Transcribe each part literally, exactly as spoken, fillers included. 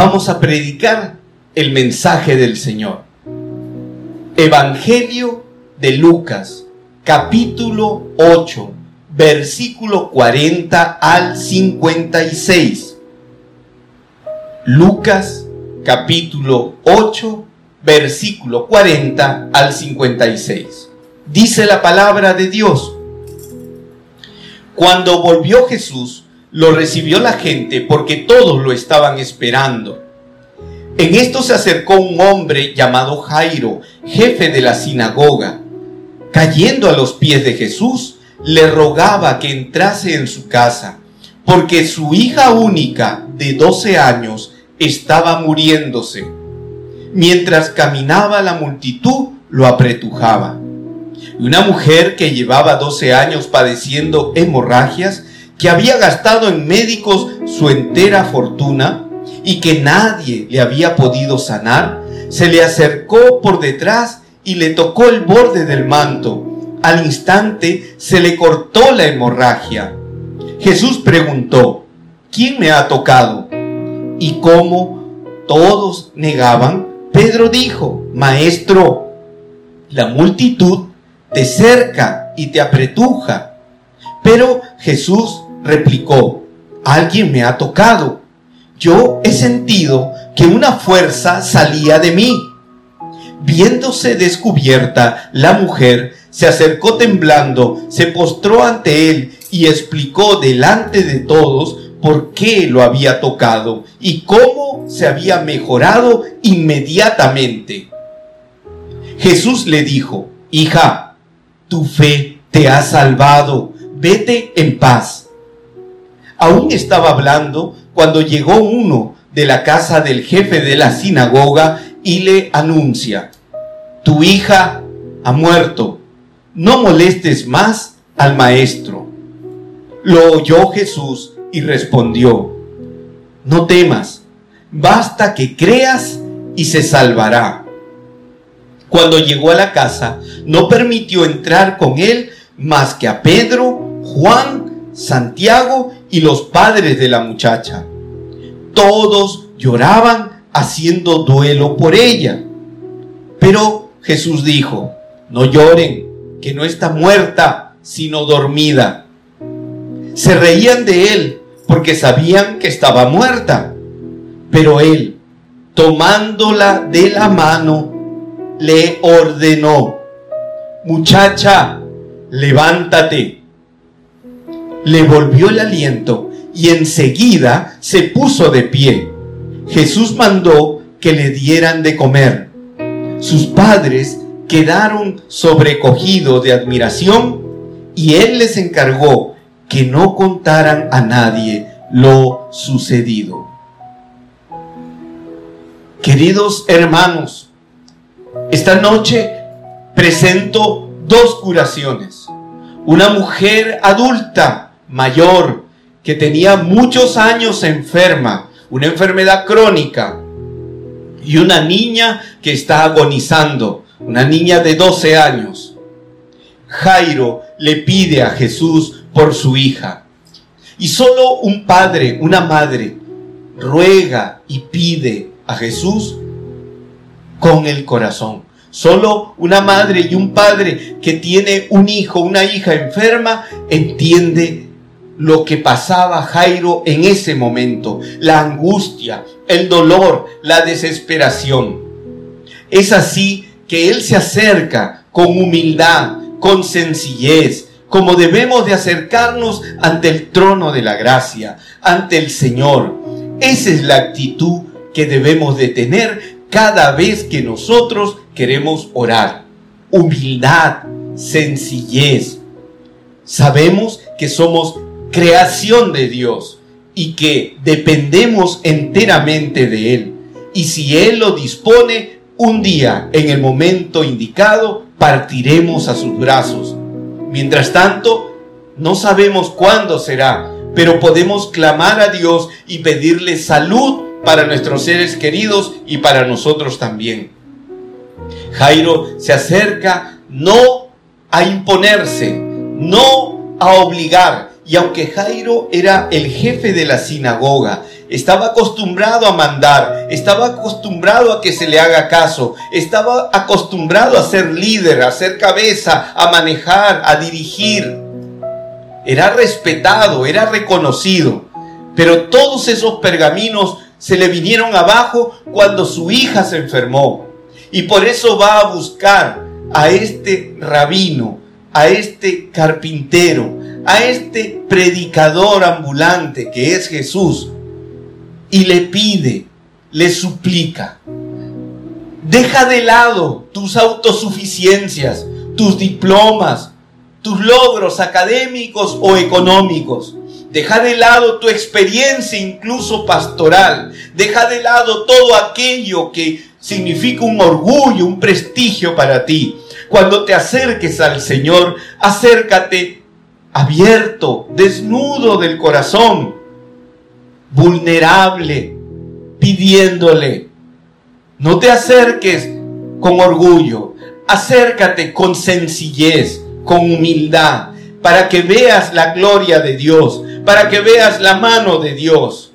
vamos a predicar el mensaje del Señor. Evangelio de Lucas, capítulo ocho, versículo cuarenta al cincuenta y seis. Lucas, capítulo ocho, versículo cuarenta al cincuenta y seis. Dice la palabra de Dios: Cuando volvió Jesús, lo recibió la gente porque todos lo estaban esperando. En esto se acercó un hombre llamado Jairo, jefe de la sinagoga. Cayendo a los pies de Jesús, le rogaba que entrase en su casa, porque su hija única de doce años estaba muriéndose. Mientras caminaba, la multitud lo apretujaba. Y una mujer que llevaba doce años padeciendo hemorragias, que había gastado en médicos su entera fortuna y que nadie le había podido sanar, se le acercó por detrás y le tocó el borde del manto. Al instante se le cortó la hemorragia. Jesús preguntó: ¿Quién me ha tocado? Y como todos negaban, Pedro dijo: Maestro, la multitud te cerca y te apretuja. Pero Jesús replicó: Alguien me ha tocado. Yo he sentido que una fuerza salía de mí. Viéndose descubierta, la mujer se acercó temblando, se postró ante él y explicó delante de todos por qué lo había tocado y cómo se había mejorado inmediatamente. Jesús le dijo: Hija, tu fe te ha salvado, vete en paz. Aún estaba hablando cuando llegó uno de la casa del jefe de la sinagoga y le anuncia: Tu hija ha muerto, no molestes más al maestro. Lo oyó Jesús y respondió: No temas, basta que creas y se salvará. Cuando llegó a la casa, no permitió entrar con él más que a Pedro, Juan, Santiago y los padres de la muchacha. Todos lloraban haciendo duelo por ella. Pero Jesús dijo: No lloren, que no está muerta, sino dormida. Se reían de él porque sabían que estaba muerta. Pero él, tomándola de la mano, le ordenó: Muchacha, levántate. Le volvió el aliento y enseguida se puso de pie. Jesús mandó que le dieran de comer. Sus padres quedaron sobrecogidos de admiración y él les encargó que no contaran a nadie lo sucedido. Queridos hermanos, esta noche presento dos curaciones. Una mujer adulta, mayor, que tenía muchos años enferma, una enfermedad crónica, y una niña que está agonizando, una niña de doce años. Jairo le pide a Jesús por su hija. Y solo un padre, una madre, ruega y pide a Jesús con el corazón. Solo una madre y un padre que tiene un hijo, una hija enferma, entiende lo que pasaba Jairo en ese momento, la angustia, el dolor, la desesperación. Es así que él se acerca con humildad, con sencillez, como debemos de acercarnos ante el trono de la gracia, ante el Señor. Esa es la actitud que debemos de tener cada vez que nosotros queremos orar. Humildad, sencillez. Sabemos que somos creación de Dios y que dependemos enteramente de Él. Y si Él lo dispone, un día, en el momento indicado, partiremos a sus brazos. Mientras tanto, no sabemos cuándo será, pero podemos clamar a Dios y pedirle salud para nuestros seres queridos y para nosotros también. Jairo se acerca no a imponerse, no a obligar. Y aunque Jairo era el jefe de la sinagoga, estaba acostumbrado a mandar, estaba acostumbrado a que se le haga caso, estaba acostumbrado a ser líder, a ser cabeza, a manejar, a dirigir. Era respetado, era reconocido, pero todos esos pergaminos se le vinieron abajo cuando su hija se enfermó. Y por eso va a buscar a este rabino, a este carpintero, a este predicador ambulante que es Jesús, y le pide, le suplica: deja de lado tus autosuficiencias, tus diplomas, tus logros académicos o económicos. Deja de lado tu experiencia incluso pastoral. Deja de lado todo aquello que significa un orgullo, un prestigio para ti. Cuando te acerques al Señor, acércate abierto, desnudo del corazón, vulnerable, pidiéndole. No te acerques con orgullo, acércate con sencillez, con humildad, para que veas la gloria de Dios, para que veas la mano de Dios.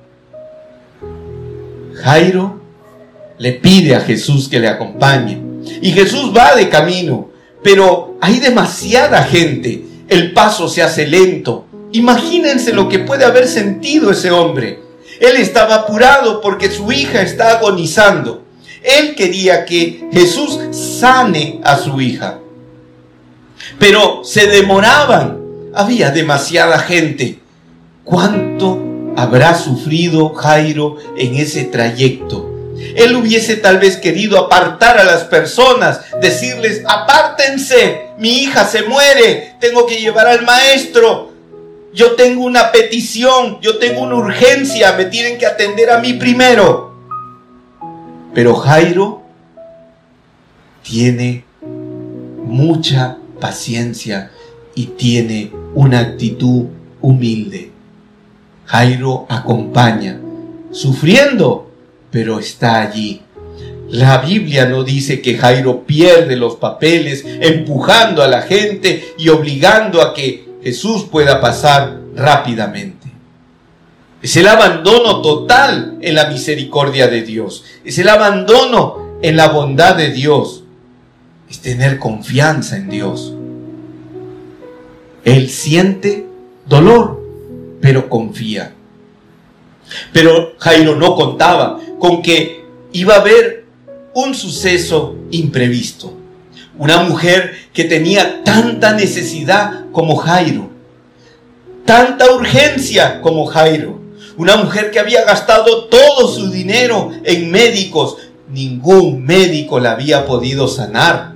Jairo le pide a Jesús que le acompañe, y Jesús va de camino, pero hay demasiada gente, el paso se hace lento. Imagínense lo que puede haber sentido ese hombre. Él estaba apurado porque su hija está agonizando. Él quería que Jesús sane a su hija, pero se demoraban. Había demasiada gente. ¿Cuánto habrá sufrido Jairo en ese trayecto? Él hubiese tal vez querido apartar a las personas, decirles: apártense, mi hija se muere, tengo que llevar al maestro, yo tengo una petición, yo tengo una urgencia, me tienen que atender a mí primero. Pero Jairo tiene mucha paciencia y tiene una actitud humilde. Jairo acompaña, sufriendo, pero está allí. La Biblia no dice que Jairo pierde los papeles, empujando a la gente y obligando a que Jesús pueda pasar rápidamente. Es el abandono total en la misericordia de Dios. Es el abandono en la bondad de Dios. Es tener confianza en Dios. Él siente dolor, pero confía. Pero Jairo no contaba con que iba a haber un suceso imprevisto. Una mujer que tenía tanta necesidad como Jairo, tanta urgencia como Jairo. Una mujer que había gastado todo su dinero en médicos. Ningún médico la había podido sanar.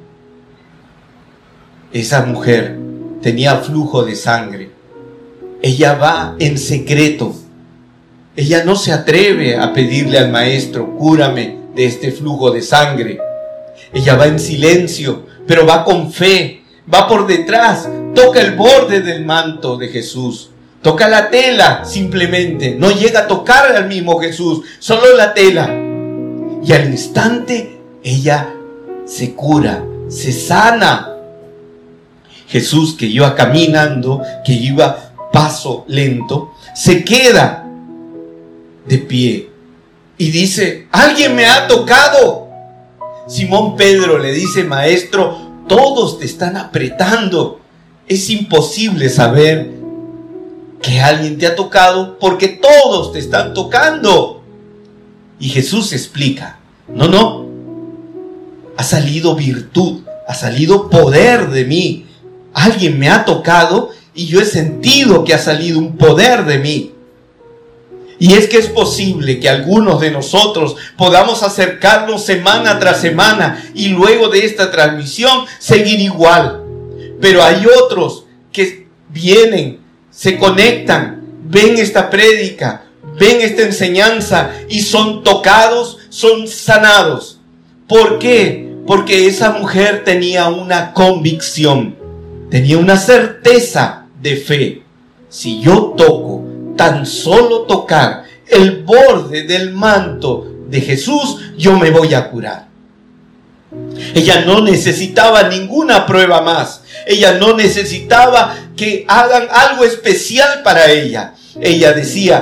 Esa mujer tenía flujo de sangre. Ella va en secreto. Ella no se atreve a pedirle al maestro: cúrame de este flujo de sangre. Ella va en silencio, pero va con fe. Va por detrás, toca el borde del manto de Jesús. Toca la tela simplemente. No llega a tocar al mismo Jesús, solo la tela. Y al instante ella se cura, se sana. Jesús, que iba caminando, que iba paso lento, se queda de pie y dice: alguien me ha tocado. Simón Pedro le dice: maestro, todos te están apretando. Es imposible saber que alguien te ha tocado porque todos te están tocando. Y Jesús explica: no, no, ha salido virtud, ha salido poder de mí. Alguien me ha tocado y yo he sentido que ha salido un poder de mí. Y es que es posible que algunos de nosotros podamos acercarnos semana tras semana y luego de esta transmisión seguir igual. Pero hay otros que vienen, se conectan, ven esta prédica, ven esta enseñanza y son tocados, son sanados. ¿Por qué? Porque esa mujer tenía una convicción, tenía una certeza de fe. Si yo toco, tan solo tocar el borde del manto de Jesús, yo me voy a curar. Ella no necesitaba ninguna prueba más. Ella no necesitaba que hagan algo especial para ella. Ella decía: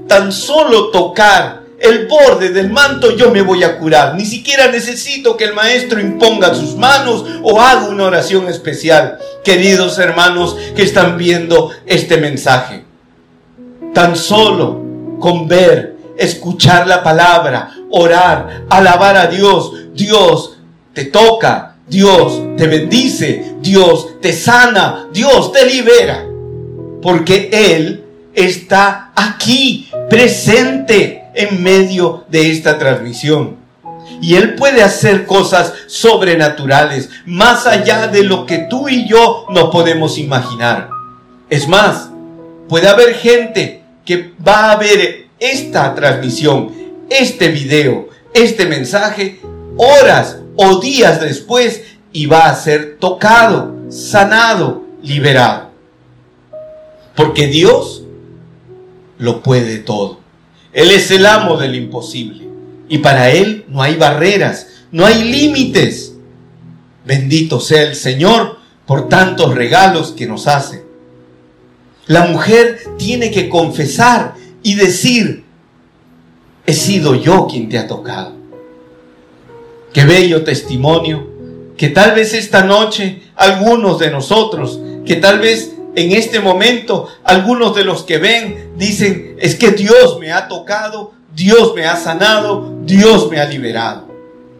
tan solo tocar el borde del manto, yo me voy a curar. Ni siquiera necesito que el maestro imponga sus manos o haga una oración especial. Queridos hermanos que están viendo este mensaje, tan solo con ver, escuchar la palabra, orar, alabar a Dios, Dios te toca, Dios te bendice, Dios te sana, Dios te libera. Porque Él está aquí, presente en medio de esta transmisión. Y Él puede hacer cosas sobrenaturales, más allá de lo que tú y yo no podemos imaginar. Es más, puede haber gente que va a ver esta transmisión, este video, este mensaje, horas o días después, y va a ser tocado, sanado, liberado. Porque Dios lo puede todo. Él es el amo del imposible. Y para Él no hay barreras, no hay límites. Bendito sea el Señor por tantos regalos que nos hace. La mujer tiene que confesar y decir: he sido yo quien te ha tocado. Qué bello testimonio, que tal vez esta noche algunos de nosotros, que tal vez en este momento algunos de los que ven dicen: es que Dios me ha tocado, Dios me ha sanado, Dios me ha liberado.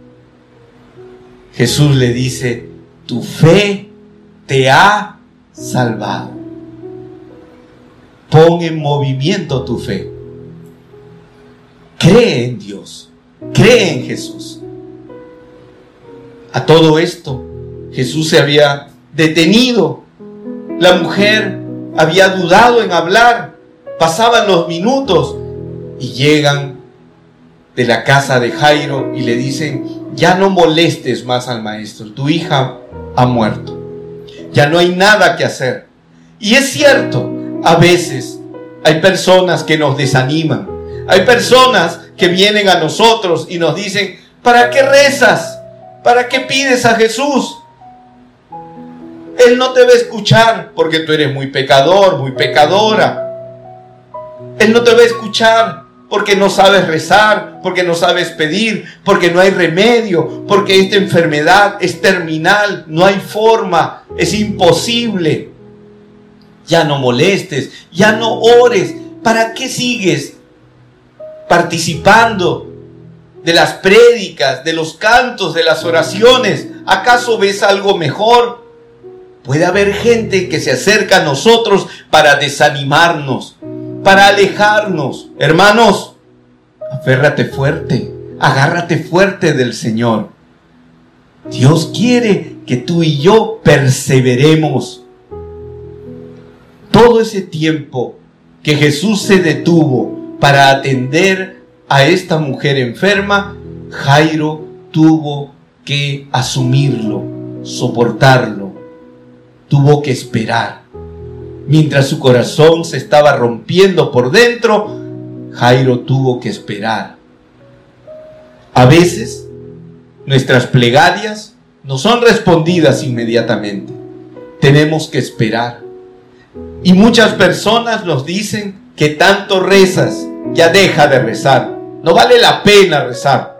Jesús le dice: tu fe te ha salvado. Pon en movimiento tu fe. Cree en Dios, cree en Jesús. A todo esto, Jesús se había detenido. La mujer había dudado en hablar. Pasaban los minutos y llegan de la casa de Jairo y le dicen: ya no molestes más al maestro, tu hija ha muerto. Ya no hay nada que hacer. Y es cierto, a veces hay personas que nos desaniman. Hay personas que vienen a nosotros y nos dicen: ¿para qué rezas? ¿Para qué pides a Jesús? Él no te va a escuchar porque tú eres muy pecador, muy pecadora. Él no te va a escuchar porque no sabes rezar, porque no sabes pedir, porque no hay remedio, porque esta enfermedad es terminal, no hay forma, es imposible. Ya no molestes, ya no ores. ¿Para qué sigues participando de las prédicas, de los cantos, de las oraciones? ¿Acaso ves algo mejor? Puede haber gente que se acerca a nosotros para desanimarnos, para alejarnos. Hermanos, aférrate fuerte, agárrate fuerte del Señor. Dios quiere que tú y yo perseveremos. Todo ese tiempo que Jesús se detuvo para atender a esta mujer enferma, Jairo tuvo que asumirlo, soportarlo, tuvo que esperar. Mientras su corazón se estaba rompiendo por dentro, Jairo tuvo que esperar. A veces, nuestras plegarias no son respondidas inmediatamente. Tenemos que esperar. Y muchas personas nos dicen que tanto rezas, ya deja de rezar. No vale la pena rezar.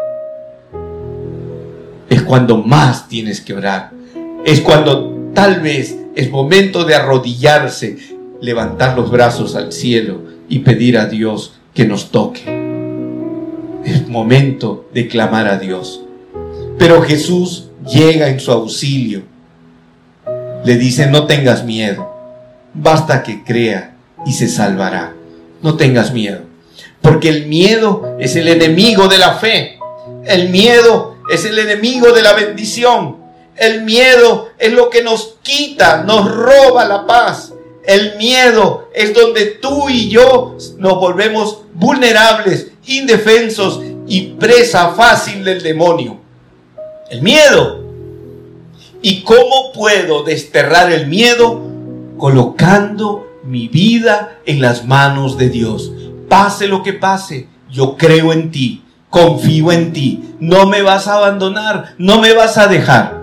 Es cuando más tienes que orar. Es cuando tal vez es momento de arrodillarse, levantar los brazos al cielo y pedir a Dios que nos toque. Es momento de clamar a Dios. Pero Jesús llega en su auxilio. Le dice: no tengas miedo. Basta que crea y se salvará. No tengas miedo. Porque el miedo es el enemigo de la fe. El miedo es el enemigo de la bendición. El miedo es lo que nos quita, nos roba la paz. El miedo es donde tú y yo nos volvemos vulnerables, indefensos y presa fácil del demonio. El miedo. ¿Y cómo puedo desterrar el miedo? Colocando mi vida en las manos de Dios. Pase lo que pase, yo creo en ti, confío en ti. No me vas a abandonar, no me vas a dejar.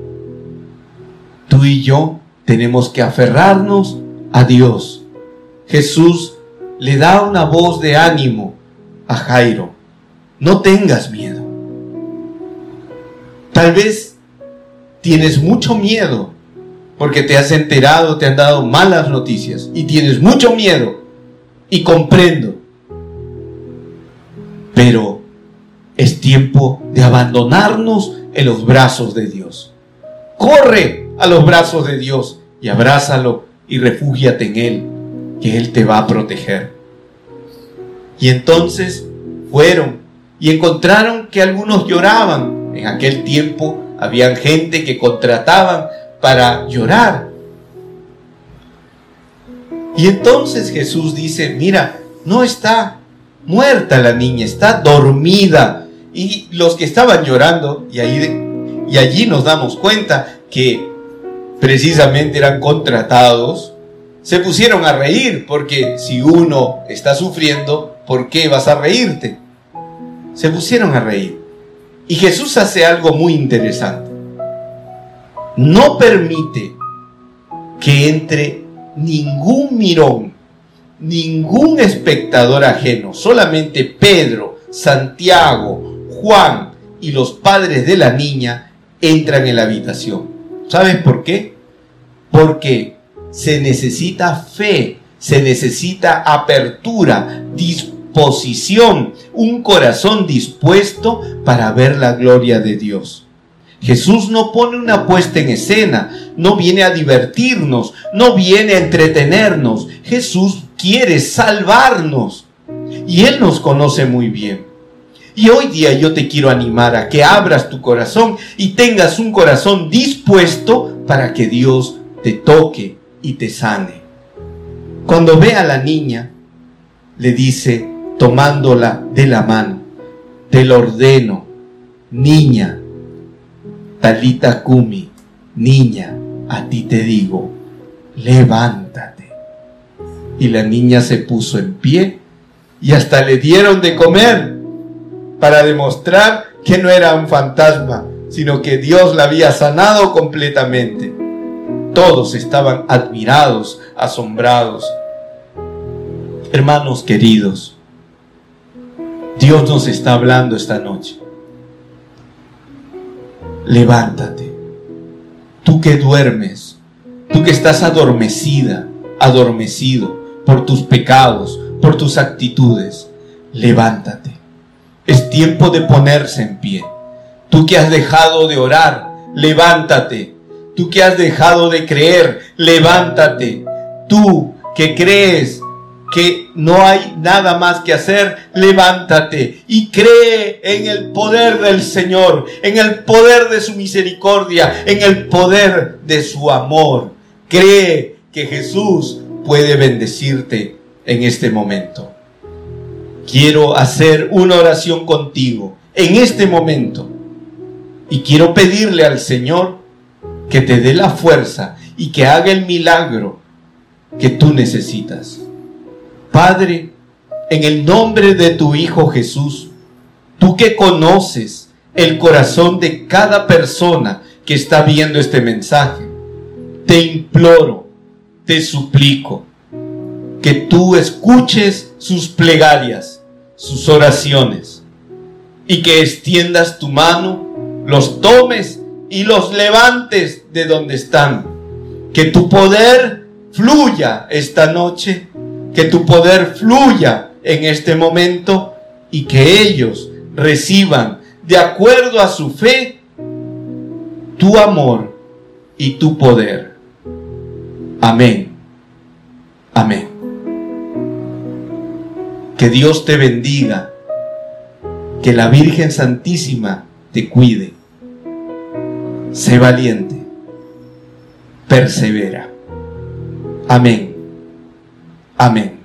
Tú y yo tenemos que aferrarnos a Dios. Jesús le da una voz de ánimo a Jairo. No tengas miedo. Tal vez tienes mucho miedo porque te has enterado, te han dado malas noticias y tienes mucho miedo, y comprendo. Pero es tiempo de abandonarnos en los brazos de Dios. Corre a los brazos de Dios y abrázalo y refúgiate en Él, que Él te va a proteger. Y entonces fueron y encontraron que algunos lloraban. En aquel tiempo había gente que contrataban para llorar. Y entonces Jesús dice: mira, no está muerta la niña, está dormida. Y los que estaban llorando, y, ahí, y allí nos damos cuenta que precisamente eran contratados, se pusieron a reír, porque si uno está sufriendo, ¿por qué vas a reírte? Se pusieron a reír. Y Jesús hace algo muy interesante. No permite que entre ningún mirón, ningún espectador ajeno. Solamente Pedro, Santiago, Juan y los padres de la niña entran en la habitación. ¿Sabes por qué? Porque se necesita fe, se necesita apertura, disposición, un corazón dispuesto para ver la gloria de Dios. Jesús no pone una puesta en escena, no viene a divertirnos, no viene a entretenernos. Jesús quiere salvarnos y Él nos conoce muy bien. Y hoy día yo te quiero animar a que abras tu corazón y tengas un corazón dispuesto para que Dios te toque y te sane. Cuando ve a la niña, le dice, tomándola de la mano: te lo ordeno, niña, Talita Kumi, niña, a ti te digo, levántate. Y la niña se puso en pie y hasta le dieron de comer, para demostrar que no era un fantasma, sino que Dios la había sanado completamente. Todos estaban admirados, asombrados. Hermanos queridos, Dios nos está hablando esta noche. Levántate, tú que duermes, tú que estás adormecida, adormecido por tus pecados, por tus actitudes. Levántate. Es tiempo de ponerse en pie. Tú que has dejado de orar, levántate. Tú que has dejado de creer, levántate. Tú que crees que no hay nada más que hacer, levántate y cree en el poder del Señor, en el poder de su misericordia, en el poder de su amor. Cree que Jesús puede bendecirte en este momento. Quiero hacer una oración contigo en este momento y quiero pedirle al Señor que te dé la fuerza y que haga el milagro que tú necesitas. Padre, en el nombre de tu Hijo Jesús, tú que conoces el corazón de cada persona que está viendo este mensaje, te imploro, te suplico que tú escuches sus plegarias, sus oraciones, y que extiendas tu mano, los tomes y los levantes de donde están. Que tu poder fluya esta noche, que tu poder fluya en este momento y que ellos reciban, de acuerdo a su fe, tu amor y tu poder. Amén. Amén. Que Dios te bendiga, que la Virgen Santísima te cuide. Sé valiente, persevera. Amén. Amén.